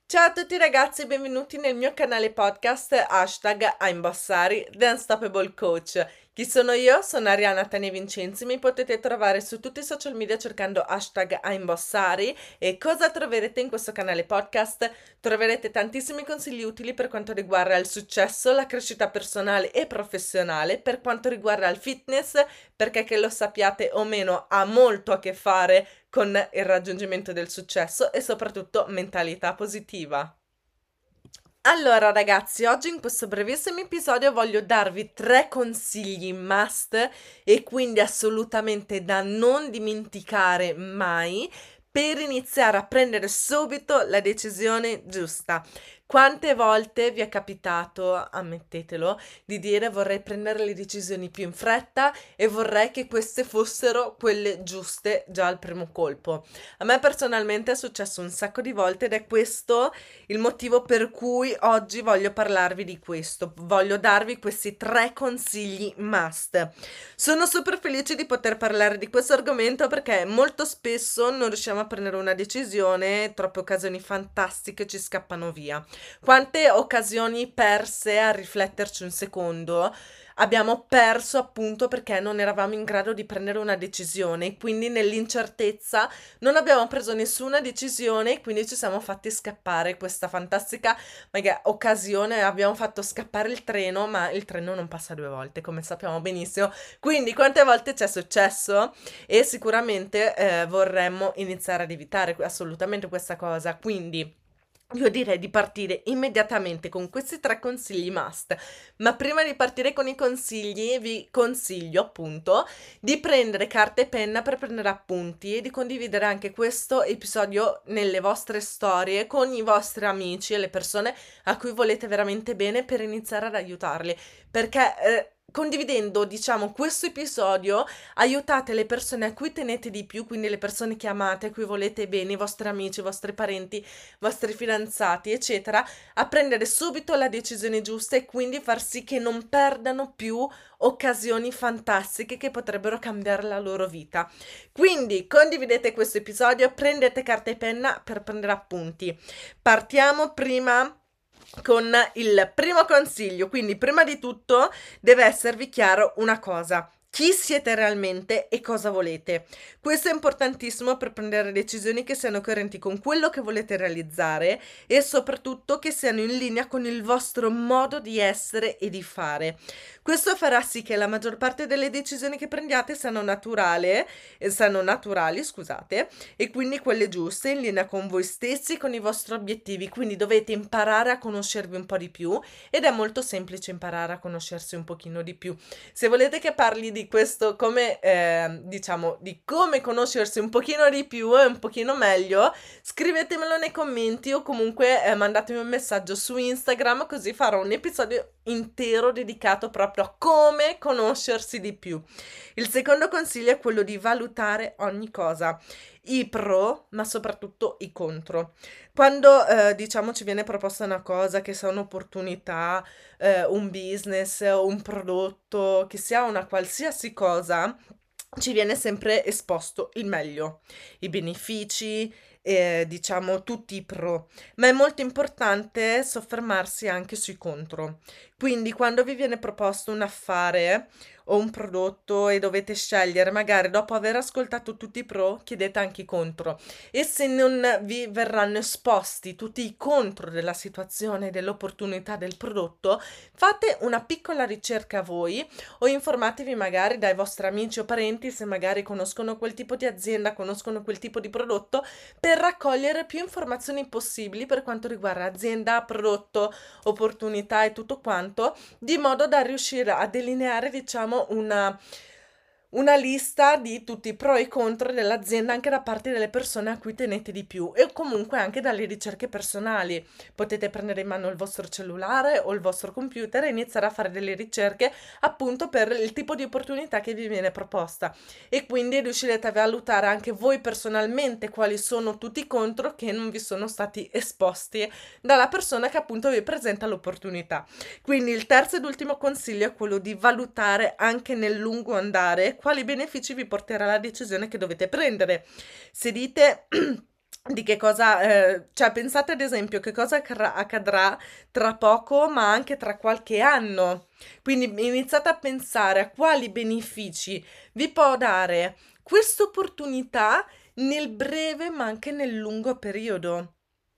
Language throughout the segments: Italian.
Ciao a tutti ragazzi e benvenuti nel mio canale podcast #Aimbossari The Unstoppable Coach. Chi sono io? Sono Arianna Tania Vincenzi, mi potete trovare su tutti i social media cercando #Aimbossari. E cosa troverete in questo canale podcast? Troverete tantissimi consigli utili per quanto riguarda il successo, la crescita personale e professionale, per quanto riguarda il fitness, perché che lo sappiate o meno ha molto a che fare con il raggiungimento del successo e soprattutto mentalità positiva. Allora ragazzi, oggi in questo brevissimo episodio voglio darvi 3 consigli must e quindi assolutamente da non dimenticare mai per iniziare a prendere subito la decisione giusta. Quante volte vi è capitato, ammettetelo, di dire vorrei prendere le decisioni più in fretta e vorrei che queste fossero quelle giuste già al primo colpo? A me personalmente è successo un sacco di volte ed è questo il motivo per cui oggi voglio parlarvi di questo, voglio darvi questi 3 consigli must. Sono super felice di poter parlare di questo argomento perché molto spesso non riusciamo a prendere una decisione, troppe occasioni fantastiche ci scappano via. Quante occasioni perse a rifletterci un secondo abbiamo perso appunto perché non eravamo in grado di prendere una decisione, quindi nell'incertezza non abbiamo preso nessuna decisione e quindi ci siamo fatti scappare questa fantastica occasione, abbiamo fatto scappare il treno, ma il treno non passa 2 volte, come sappiamo benissimo. Quindi quante volte ci è successo? E sicuramente vorremmo iniziare ad evitare assolutamente questa cosa, quindi io direi di partire immediatamente con questi 3 consigli must, ma prima di partire con i consigli vi consiglio appunto di prendere carta e penna per prendere appunti e di condividere anche questo episodio nelle vostre storie con i vostri amici e le persone a cui volete veramente bene per iniziare ad aiutarli, perché condividendo, diciamo, questo episodio aiutate le persone a cui tenete di più, quindi le persone che amate, a cui volete bene, i vostri amici, i vostri parenti, vostri fidanzati, eccetera, a prendere subito la decisione giusta e quindi far sì che non perdano più occasioni fantastiche che potrebbero cambiare la loro vita. Quindi condividete questo episodio, prendete carta e penna per prendere appunti. Partiamo prima con il primo consiglio, quindi prima di tutto deve esservi chiaro una cosa. Chi siete realmente e cosa volete? Questo è importantissimo per prendere decisioni che siano coerenti con quello che volete realizzare e soprattutto che siano in linea con il vostro modo di essere e di fare. Questo farà sì che la maggior parte delle decisioni che prendiate siano naturali, scusate, e quindi quelle giuste, in linea con voi stessi, con i vostri obiettivi. Quindi dovete imparare a conoscervi un po' di più ed è molto semplice imparare a conoscersi un pochino di più. Se volete che parli di questo, come diciamo, di come conoscersi un pochino di più e un pochino meglio, scrivetemelo nei commenti o comunque mandatemi un messaggio su Instagram, così farò un episodio intero dedicato proprio a come conoscersi di più. Il secondo consiglio è quello di valutare ogni cosa, i pro, ma soprattutto i contro. Quando diciamo ci viene proposta una cosa, che sia un'opportunità, un business, un prodotto, che sia una qualsiasi cosa, ci viene sempre esposto il meglio, i benefici, diciamo tutti i pro, ma è molto importante soffermarsi anche sui contro. Quindi quando vi viene proposto un affare o un prodotto e dovete scegliere, magari dopo aver ascoltato tutti i pro, chiedete anche i contro. E se non vi verranno esposti tutti i contro della situazione, dell'opportunità del prodotto, fate una piccola ricerca voi o informatevi magari dai vostri amici o parenti se magari conoscono quel tipo di azienda, conoscono quel tipo di prodotto, per raccogliere più informazioni possibili per quanto riguarda azienda, prodotto, opportunità e tutto quanto, di modo da riuscire a delineare, diciamo, una lista di tutti i pro e i contro dell'azienda anche da parte delle persone a cui tenete di più e comunque anche dalle ricerche personali. Potete prendere in mano il vostro cellulare o il vostro computer e iniziare a fare delle ricerche appunto per il tipo di opportunità che vi viene proposta e quindi riuscirete a valutare anche voi personalmente quali sono tutti i contro che non vi sono stati esposti dalla persona che appunto vi presenta l'opportunità. Quindi il terzo ed ultimo consiglio è quello di valutare anche nel lungo andare quali benefici vi porterà la decisione che dovete prendere. Se dite di che cosa, cioè pensate ad esempio che cosa accadrà tra poco, ma anche tra qualche anno. Quindi iniziate a pensare a quali benefici vi può dare questa opportunità nel breve ma anche nel lungo periodo.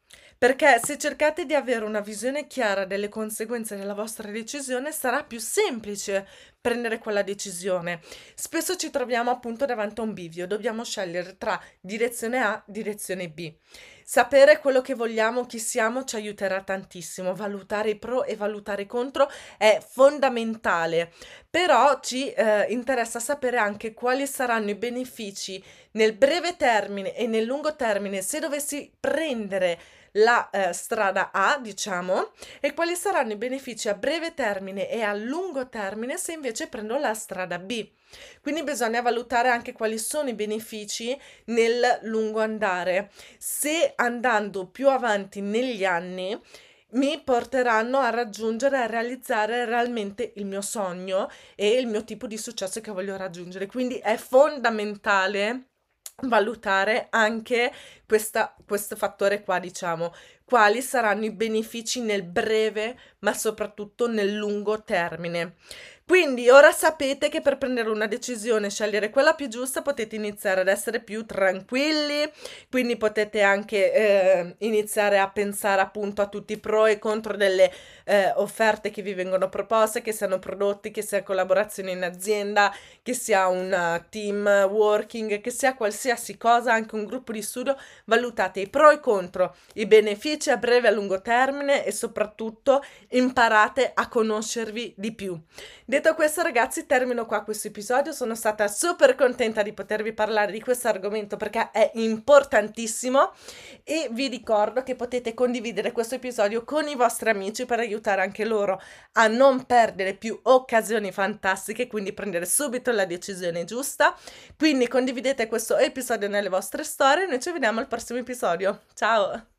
Perché se cercate di avere una visione chiara delle conseguenze della vostra decisione, sarà più semplice prendere quella decisione. Spesso ci troviamo appunto davanti a un bivio, dobbiamo scegliere tra direzione A, direzione B. Sapere quello che vogliamo, chi siamo, ci aiuterà tantissimo. Valutare i pro e valutare i contro è fondamentale, però ci interessa sapere anche quali saranno i benefici nel breve termine e nel lungo termine se dovessi prendere la strada A, diciamo, e quali saranno i benefici a breve termine e a lungo termine se invece prendo la strada B. Quindi bisogna valutare anche quali sono i benefici nel lungo andare. Se andando più avanti negli anni mi porteranno a raggiungere e a realizzare realmente il mio sogno e il mio tipo di successo che voglio raggiungere. Quindi è fondamentale valutare anche questo fattore qua, diciamo, quali saranno i benefici nel breve, ma soprattutto nel lungo termine. Quindi ora sapete che per prendere una decisione, scegliere quella più giusta, potete iniziare ad essere più tranquilli, quindi potete anche iniziare a pensare appunto a tutti i pro e contro delle offerte che vi vengono proposte, che siano prodotti, che sia collaborazione in azienda, che sia un team working, che sia qualsiasi cosa, anche un gruppo di studio, valutate i pro e i contro, i benefici a breve e a lungo termine e soprattutto imparate a conoscervi di più. Detto questo, ragazzi, termino qua questo episodio. Sono stata super contenta di potervi parlare di questo argomento perché è importantissimo e vi ricordo che potete condividere questo episodio con i vostri amici per aiutare anche loro a non perdere più occasioni fantastiche, quindi prendere subito la decisione giusta. Quindi condividete questo episodio nelle vostre storie e noi ci vediamo al prossimo episodio. Ciao!